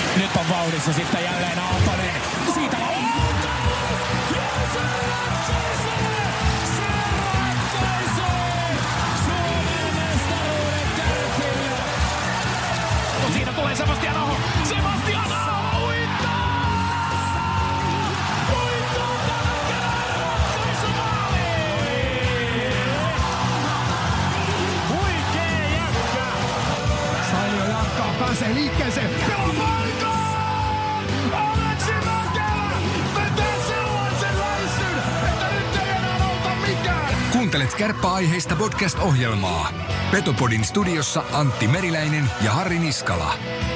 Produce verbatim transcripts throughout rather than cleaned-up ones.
Nyt on vauhdissa sitten jälleen Aaltonen. Siitä on Siinä tulee Sebastian Aho. Sebastian Aho uittaa! Uittaa tämän kerran ratkaisumaali! Huikee jätkä! Sailio jatkaa, pääsee liikkeeseen. Pelaa paikkaan! Aleksi Mäkelä vetää sellaisen läissyn, että nyt ei enää auta mikään! Kuuntelet kärppäaiheista podcast-ohjelmaa. Petopodin studiossa Antti Meriläinen ja Harri Niskala.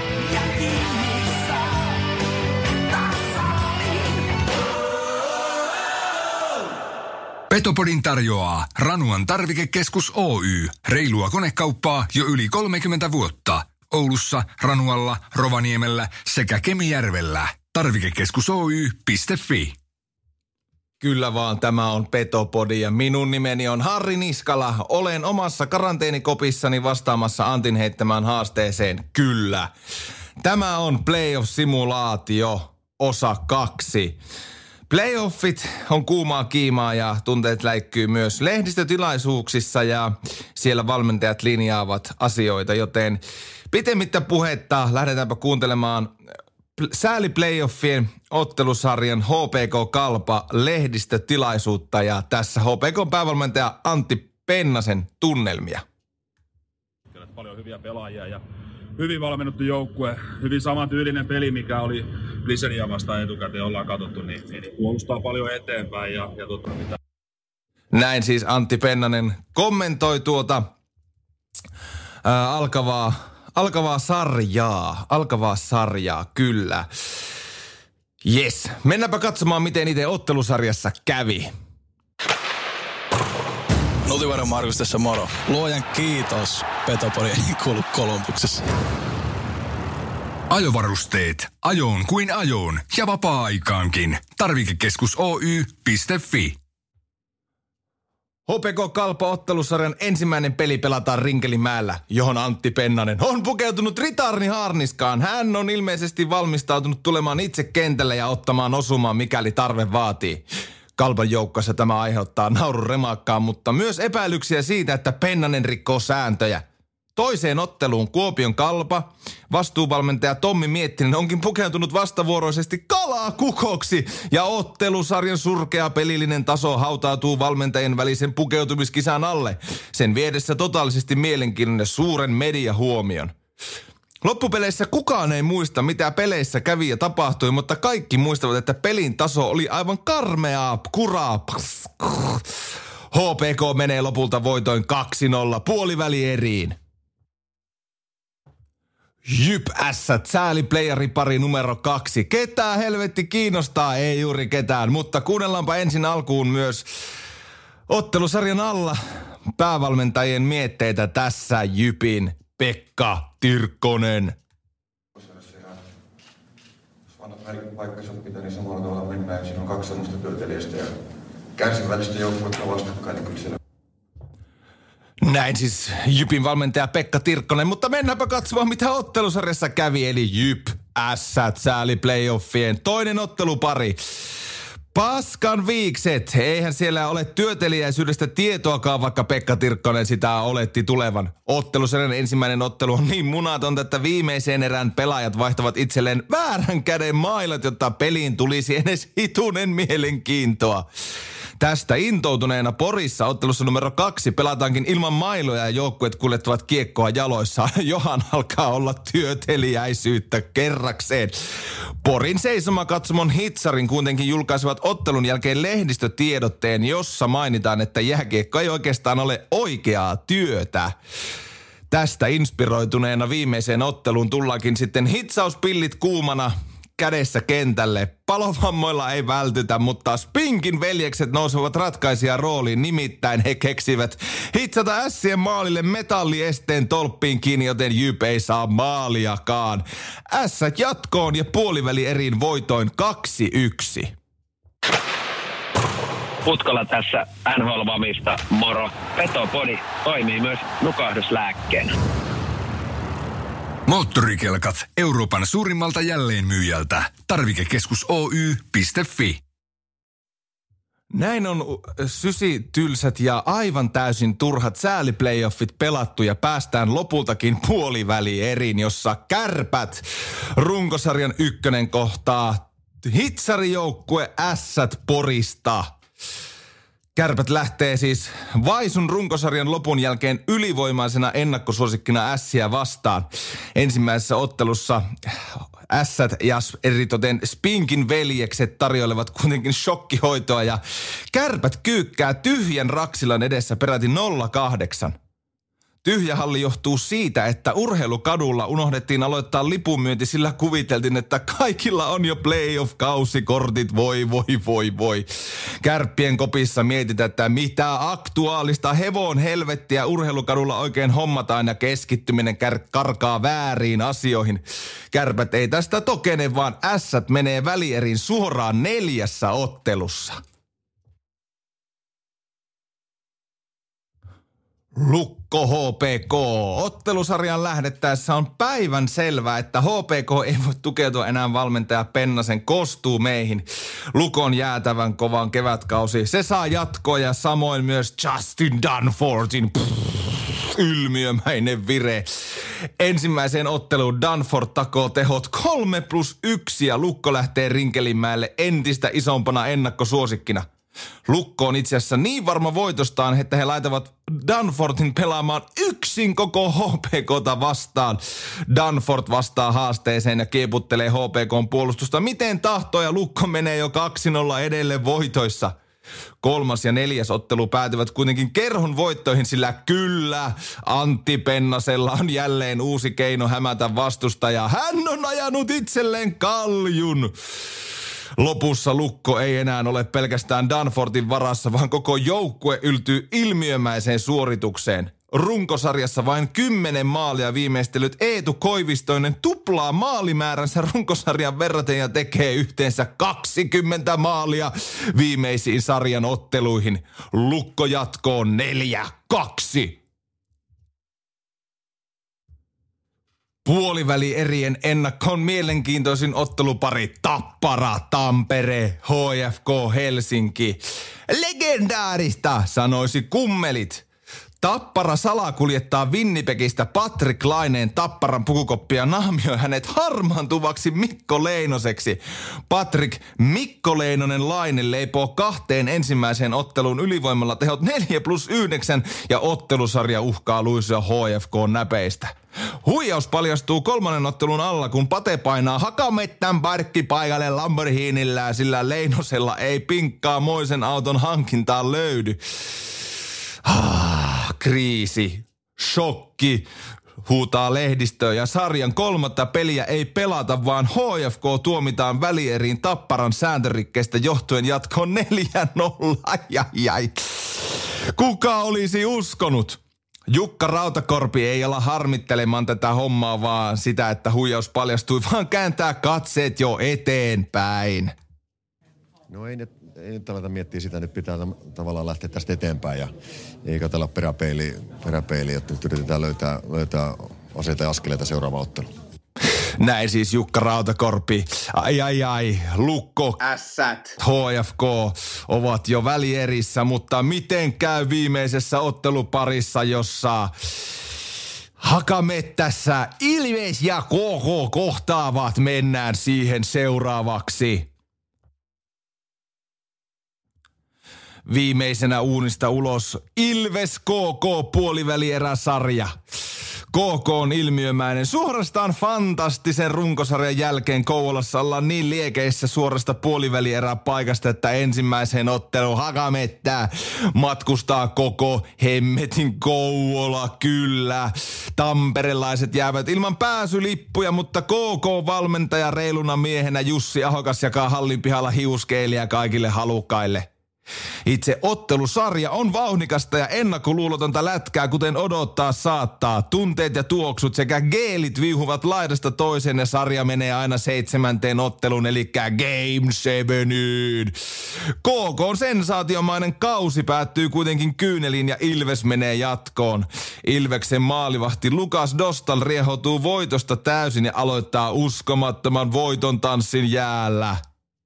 Petopodin tarjoaa Ranuan tarvikekeskus Oy. Reilua konekauppaa jo yli kolmekymmentä vuotta. Oulussa, Ranualla, Rovaniemellä sekä Kemijärvellä. Tarvikekeskus Oy piste fi. Kyllä vaan, tämä on Petopodi ja minun nimeni on Harri Niskala. Olen omassa karanteenikopissani vastaamassa Antin heittämään haasteeseen. Kyllä. Tämä on Playoff-simulaatio osa kaksi. Playoffit on kuumaa kiimaa ja tunteet läikkyy myös lehdistötilaisuuksissa ja siellä valmentajat linjaavat asioita, joten pitemmittä puhetta lähdetäänpä kuuntelemaan sääli playoffien ottelusarjan H P K Kalpa lehdistötilaisuutta ja tässä H P K päävalmentaja Antti Pennasen tunnelmia. Kyllä paljon hyviä pelaajia ja hyvin valmennettu joukkue, hyvin samantyylinen peli, mikä oli Lisenia vastaan etukäteen ollaan katsottu, niin, niin puolustaa paljon eteenpäin ja, ja tota, mitä. Näin siis Antti Pennanen kommentoi tuota ää, alkavaa Alkavaa sarjaa, alkavaa sarjaa, kyllä. Jes, mennäänpä katsomaan, miten itse ottelusarjassa kävi. Nutivuoren Markus tässä moro. Luojan kiitos, Petopodi ei kuulu Kolumbuksessa. Ajovarusteet. Ajoon kuin ajoon ja vapaa-aikaankin. Tarvikekeskus Oy piste fi. H P K Kalpa ottelusarjan ensimmäinen peli pelataan Rinkelimäellä, johon Antti Pennanen on pukeutunut ritarni haarniskaan. Hän on ilmeisesti valmistautunut tulemaan itse kentälle ja ottamaan osumaan, mikäli tarve vaatii. Kalpan joukkoissa tämä aiheuttaa naurun remakkaa, mutta myös epäilyksiä siitä, että Pennanen rikkoo sääntöjä. Toiseen otteluun Kuopion Kalpa vastuuvalmentaja Tommi Miettinen onkin pukeutunut vastavuoroisesti kalaa kukoksi ja ottelusarjan surkea pelillinen taso hautautuu valmentajien välisen pukeutumiskisan alle. Sen viedessä totaalisesti mielenkiintoinen suuren mediahuomion. Loppupeleissä kukaan ei muista, mitä peleissä kävi ja tapahtui, mutta kaikki muistavat, että pelin taso oli aivan karmeaa, kuraa. H P K menee lopulta voitoin kaksi nolla puoliväli eriin. Jyp ässät, sääliplayeri pari numero kaksi. Ketään helvetti kiinnostaa? Ei juuri ketään, mutta kuunnellaanpa ensin alkuun myös ottelusarjan alla päävalmentajien mietteitä tässä Jypin Pekka Tirkkonen. Jos annat paikkansa pitää, niin samalla tavalla mennään. Siinä on kaksi semmoista työtelijästä ja kärsivällistä joukkuetta vastakkain, niin kyllä siellä. Näin siis Jypin valmentaja Pekka Tirkkonen, mutta mennäänpä katsomaan, mitä ottelusarjassa kävi, eli Jyp ässät sääli playoffien toinen ottelupari. Paskan viikset, eihän siellä ole työtelijäisyydestä tietoakaan, vaikka Pekka Tirkkonen sitä oletti tulevan. Ottelusarjan ensimmäinen ottelu on niin munatonta, että viimeiseen erään pelaajat vaihtavat itselleen väärän käden mailat, jotta peliin tulisi edes hitunen mielenkiintoa. Tästä intoutuneena Porissa ottelussa numero kaksi pelataankin ilman mailoja ja joukkueet kuljettavat kiekkoa jaloissaan. Johan alkaa olla työteliäisyyttä kerrakseen. Porin seisomakatsomon Hitsarin kuitenkin julkaisivat ottelun jälkeen lehdistötiedotteen, jossa mainitaan, että jääkiekko ei oikeastaan ole oikeaa työtä. Tästä inspiroituneena viimeiseen otteluun tullaankin sitten hitsauspillit kuumana kädessä kentälle. Palovammoilla ei vältytä, mutta Spinkin veljekset nousevat ratkaisijan rooliin. Nimittäin he keksivät hitsata ässien maalille metalliesteen tolppiin kiinni, joten Jyp ei saa maaliakaan. Ässät jatkoon ja puoliväli eriin voitoin kaksi yksi. Putkola tässä N H L-vamista, moro. Petopodi toimii myös nukahduslääkkeenä. Moottorikelkat Euroopan suurimmalta jälleenmyyjältä. Tarvikekeskus Oy piste fi. Näin on sysitylsät ja aivan täysin turhat sääliplayoffit pelattu ja päästään lopultakin puolivälieriin, jossa Kärpät runkosarjan ykkönen kohtaa hitsarijoukkue Ässät Porista. Kärpät lähtee siis vaisun runkosarjan lopun jälkeen ylivoimaisena ennakkosuosikkina Ässiä vastaan. Ensimmäisessä ottelussa Ässät ja eritoten Spinkin veljekset tarjoilevat kuitenkin shokkihoitoa ja Kärpät kyykkää tyhjän Raksilan edessä peräti nolla kahdeksan. Tyhjä halli johtuu siitä, että urheilukadulla unohdettiin aloittaa lipunmyynti, sillä kuviteltiin, että kaikilla on jo playoff-kausikortit. Voi, voi, voi, voi. Kärppien kopissa mietitään, että mitä aktuaalista hevon helvettiä urheilukadulla oikein hommataan ja keskittyminen kär- karkaa vääriin asioihin. Kärpät ei tästä tokene, vaan Ässät menee välierin suoraan neljässä ottelussa. Lukko H P K. Ottelusarjan lähdettäessä on päivän selvää, että H P K ei voi tukeutua enää valmentaja Pennasen kostuumeihin. Lukon jäätävän kovan kevätkausi. Se saa jatkoa ja samoin myös Justin Danfortin pff, ylmiömäinen vire. Ensimmäiseen otteluun Danford takoo tehot kolme plus yksi ja Lukko lähtee Rinkelinmäelle entistä isompana ennakkosuosikkina. Lukko on itse asiassa niin varma voitostaan, että he laitavat Danfortin pelaamaan yksin koko H P K:ta vastaan. Danford vastaa haasteeseen ja kieputtelee H P K:n puolustusta miten tahtoo ja Lukko menee jo kaksi nolla edelle voitoissa. Kolmas ja neljäs ottelu päätyvät kuitenkin kerhon voittoihin, sillä kyllä Antti Pennasella on jälleen uusi keino hämätä vastustajaa. Hän on ajanut itselleen kaljun. Lopussa Lukko ei enää ole pelkästään Danfortin varassa, vaan koko joukkue yltyy ilmiömäiseen suoritukseen. Runkosarjassa vain kymmenen maalia viimeistellyt Eetu Koivistoinen tuplaa maalimääränsä runkosarjan verraten ja tekee yhteensä kaksikymmentä maalia viimeisiin sarjan otteluihin. Lukko jatkoo neljä kaksi. Puoliväli erien ennakkoon mielenkiintoisin ottelupari Tappara, Tampere, H F K, Helsinki. Legendaarista, sanoisi kummelit. Tappara salakuljettaa Winnipegistä Patrick Laineen Tapparan pukukoppia naamioi hänet harmaantuvaksi Mikko Leinoseksi. Patrick Mikko Leinonen Laine leipoo kahteen ensimmäiseen otteluun ylivoimalla tehot neljä plus yhdeksän ja ottelusarja uhkaa luisua H F K näpeistä. Huijaus paljastuu kolmannen ottelun alla, kun Pate painaa Hakamettän parkkipaikalle Lamborghinillään, sillä Leinosella ei pinkkaa moisen auton hankintaan löydy. Ah, kriisi, shokki, huutaa lehdistöä ja sarjan kolmatta peliä ei pelata, vaan H F K tuomitaan välieriin Tapparan sääntörikkeestä johtuen jatkoon neljä nolla. Jai, jai. Kuka olisi uskonut? Jukka Rautakorpi ei olla harmittelemaan tätä hommaa, vaan sitä, että huijaus paljastui, vaan kääntää katseet jo eteenpäin. No ei nyt, ei nyt aleta miettiä sitä, nyt pitää tavallaan lähteä tästä eteenpäin ja ei katsella peräpeiliä, peräpeiliä että nyt yritetään löytää, löytää aseita ja askeleita seuraava ottelu. Näin siis Jukka Rautakorpi. Ai ai ai, Lukko, Ässät, H F K ovat jo välierissä, mutta miten käy viimeisessä otteluparissa, jossa Hakamettässä Ilves ja K K kohtaavat, mennään siihen seuraavaksi. Viimeisenä uunista ulos Ilves K K puolivälieräsarja. K K on ilmiömäinen. Suorastaan fantastisen runkosarjan jälkeen Kouvolassa ollaan niin liekeissä suorasta puolivälierää paikasta, että ensimmäiseen otteluun Hakamettää matkustaa koko hemmetin Kouvola, kyllä. Tamperelaiset jäävät ilman pääsylippuja, mutta K K-valmentaja reiluna miehenä Jussi Ahokas jakaa hallin pihalla hiuskeilijä kaikille halukkaille. Itse ottelusarja on vauhdikasta ja ennakkoluulotonta lätkää, kuten odottaa saattaa. Tunteet ja tuoksut sekä geelit viuhuvat laidasta toiseen ja sarja menee aina seitsemänteen otteluun, eli Game Seveniin. K K:n sensaatiomainen kausi päättyy kuitenkin kyyneliin ja Ilves menee jatkoon. Ilveksen maalivahti Lukas Dostal riehoutuu voitosta täysin ja aloittaa uskomattoman voiton tanssin jäällä.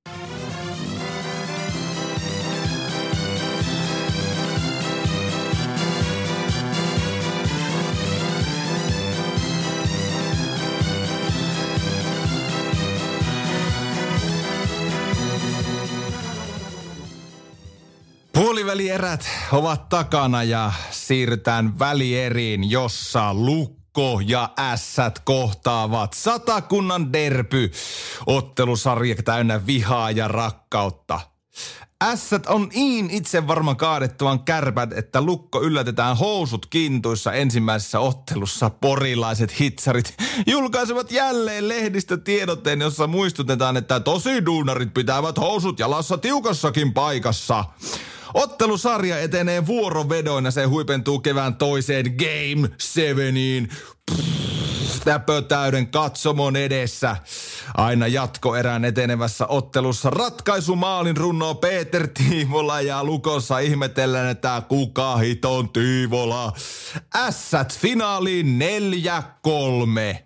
Puolivälierät ovat takana ja siirrytään välieriin, jossa Lukko ja Ässät kohtaavat. Satakunnan derby, ottelusarja täynnä vihaa ja rakkautta. Ässät on niin itse varma kaadettuaan Kärpät, että Lukko yllätetään housut kintuissa ensimmäisessä ottelussa. Porilaiset hitsarit julkaisevat jälleen lehdistötiedotteen, jossa muistutetaan, että tosi duunarit pitävät housut jalassa tiukassakin paikassa. Ottelusarja etenee vuorovedoin ja se huipentuu kevään toiseen Game Seveniin. Täpötäyden katsomon edessä. Aina jatkoerään etenevässä ottelussa ratkaisumaalin runnoo Peter Tiivola ja Lukossa ihmetellään, että kuka hiton Tiivola. Ässät finaaliin neljä kolme.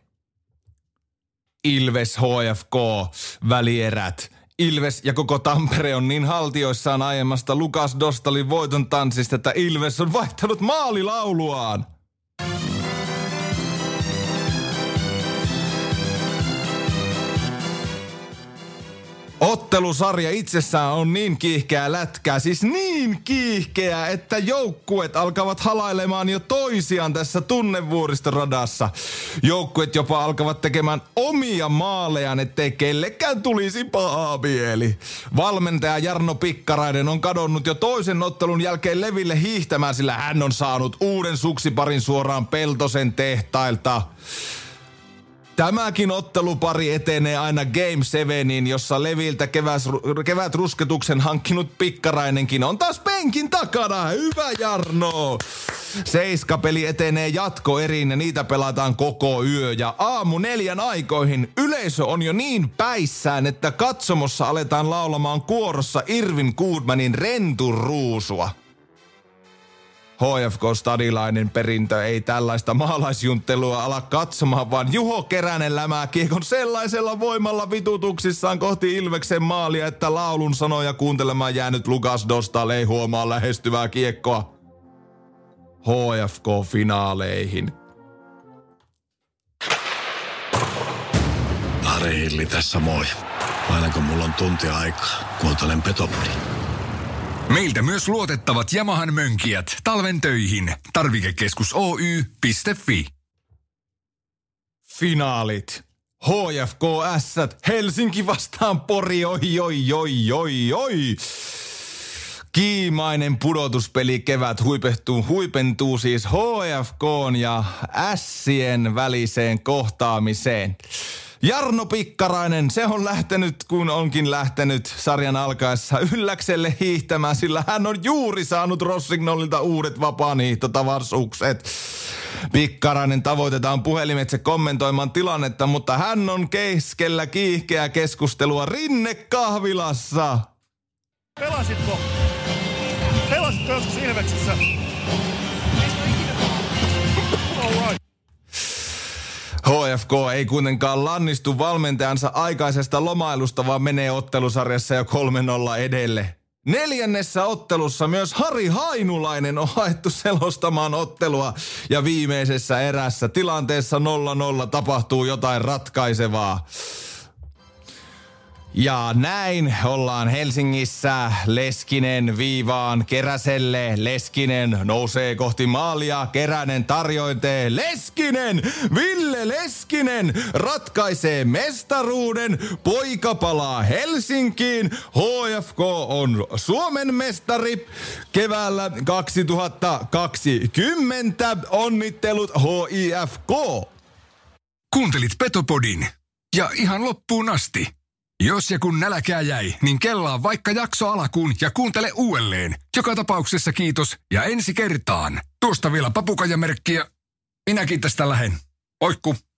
Ilves H F K välierät. Ilves ja koko Tampere on niin haltioissaan aiemmasta Lukas Dostalin voiton tanssista, että Ilves on vaihtanut maalilauluaan. Ottelusarja itsessään on niin kiihkeä lätkää, siis niin kiihkeä, että joukkueet alkavat halailemaan jo toisiaan tässä tunnevuoristoradassa. Joukkueet jopa alkavat tekemään omia maalejaan, ettei kellekään tulisi paha mieli. Valmentaja Jarno Pikkarainen on kadonnut jo toisen ottelun jälkeen leville hiihtämään, sillä hän on saanut uuden suksiparin suoraan Peltosen tehtailta. Tämäkin ottelupari etenee aina Game Seveniin, jossa leviltä keväs, kevät rusketuksen hankkinut Pikkarainenkin on taas penkin takana. Hyvä Jarno! Seiskapeli etenee jatkoeriin ja niitä pelataan koko yö. Ja aamu neljän aikoihin yleisö on jo niin päissään, että katsomossa aletaan laulamaan kuorossa Irvin Goodmanin Renturuusua. H F K-stadilainen perintö ei tällaista maalaisjunttelua ala katsomaan, vaan Juho Keränen lämää kiekon sellaisella voimalla vitutuksissaan kohti Ilveksen maalia, että laulun sanoja kuuntelemaan jäänyt Lukas Dostal ei huomaa lähestyvää kiekkoa. H F K-finaaleihin. Ari Hilli tässä moi. Aina kun mulla on tunti aikaa, kuuntelen Petopodin. Meiltä myös luotettavat Yamahan mönkijät talven töihin. Tarvikekeskus Oy piste fi. Finaalit. H F K Ässät Helsinki vastaan Pori, oi, oi, oi, oi, oi. Kiimainen pudotuspeli kevät huipentuu, huipentuu siis H F K:n ja Ässien väliseen kohtaamiseen. Jarno Pikkarainen, se on lähtenyt, kun onkin lähtenyt sarjan alkaessa ylläkselle hiihtämään, sillä hän on juuri saanut Rossignolilta uudet vapaanhiihtotavarsukset. Pikkarainen tavoitetaan puhelimitse kommentoimaan tilannetta, mutta hän on keskellä kiihkeää keskustelua Rinnekahvilassa. Pelasitko? Pelasitko joskus Ilveksessä? H F K ei kuitenkaan lannistu valmentajansa aikaisesta lomailusta, vaan menee ottelusarjassa jo kolme nolla edelle. Neljännessä ottelussa myös Hari Hainulainen on haettu selostamaan ottelua ja viimeisessä erässä tilanteessa nolla nolla tapahtuu jotain ratkaisevaa. Ja näin ollaan Helsingissä. Leskinen viivaan Keräselle. Leskinen nousee kohti maalia. Keränen tarjointee. Leskinen! Ville Leskinen ratkaisee mestaruuden. Poika palaa Helsinkiin. H F K on Suomen mestari keväällä kaksituhattakaksikymmentä. Onnittelut H I F K. Kuuntelit Petopodin ja ihan loppuun asti. Jos ja kun nälkää jäi, niin kellaa vaikka jakso alkuun ja kuuntele uudelleen. Joka tapauksessa kiitos ja ensi kertaan. Tuosta vielä papukajamerkkiä. Minäkin tästä lähen. Oikku.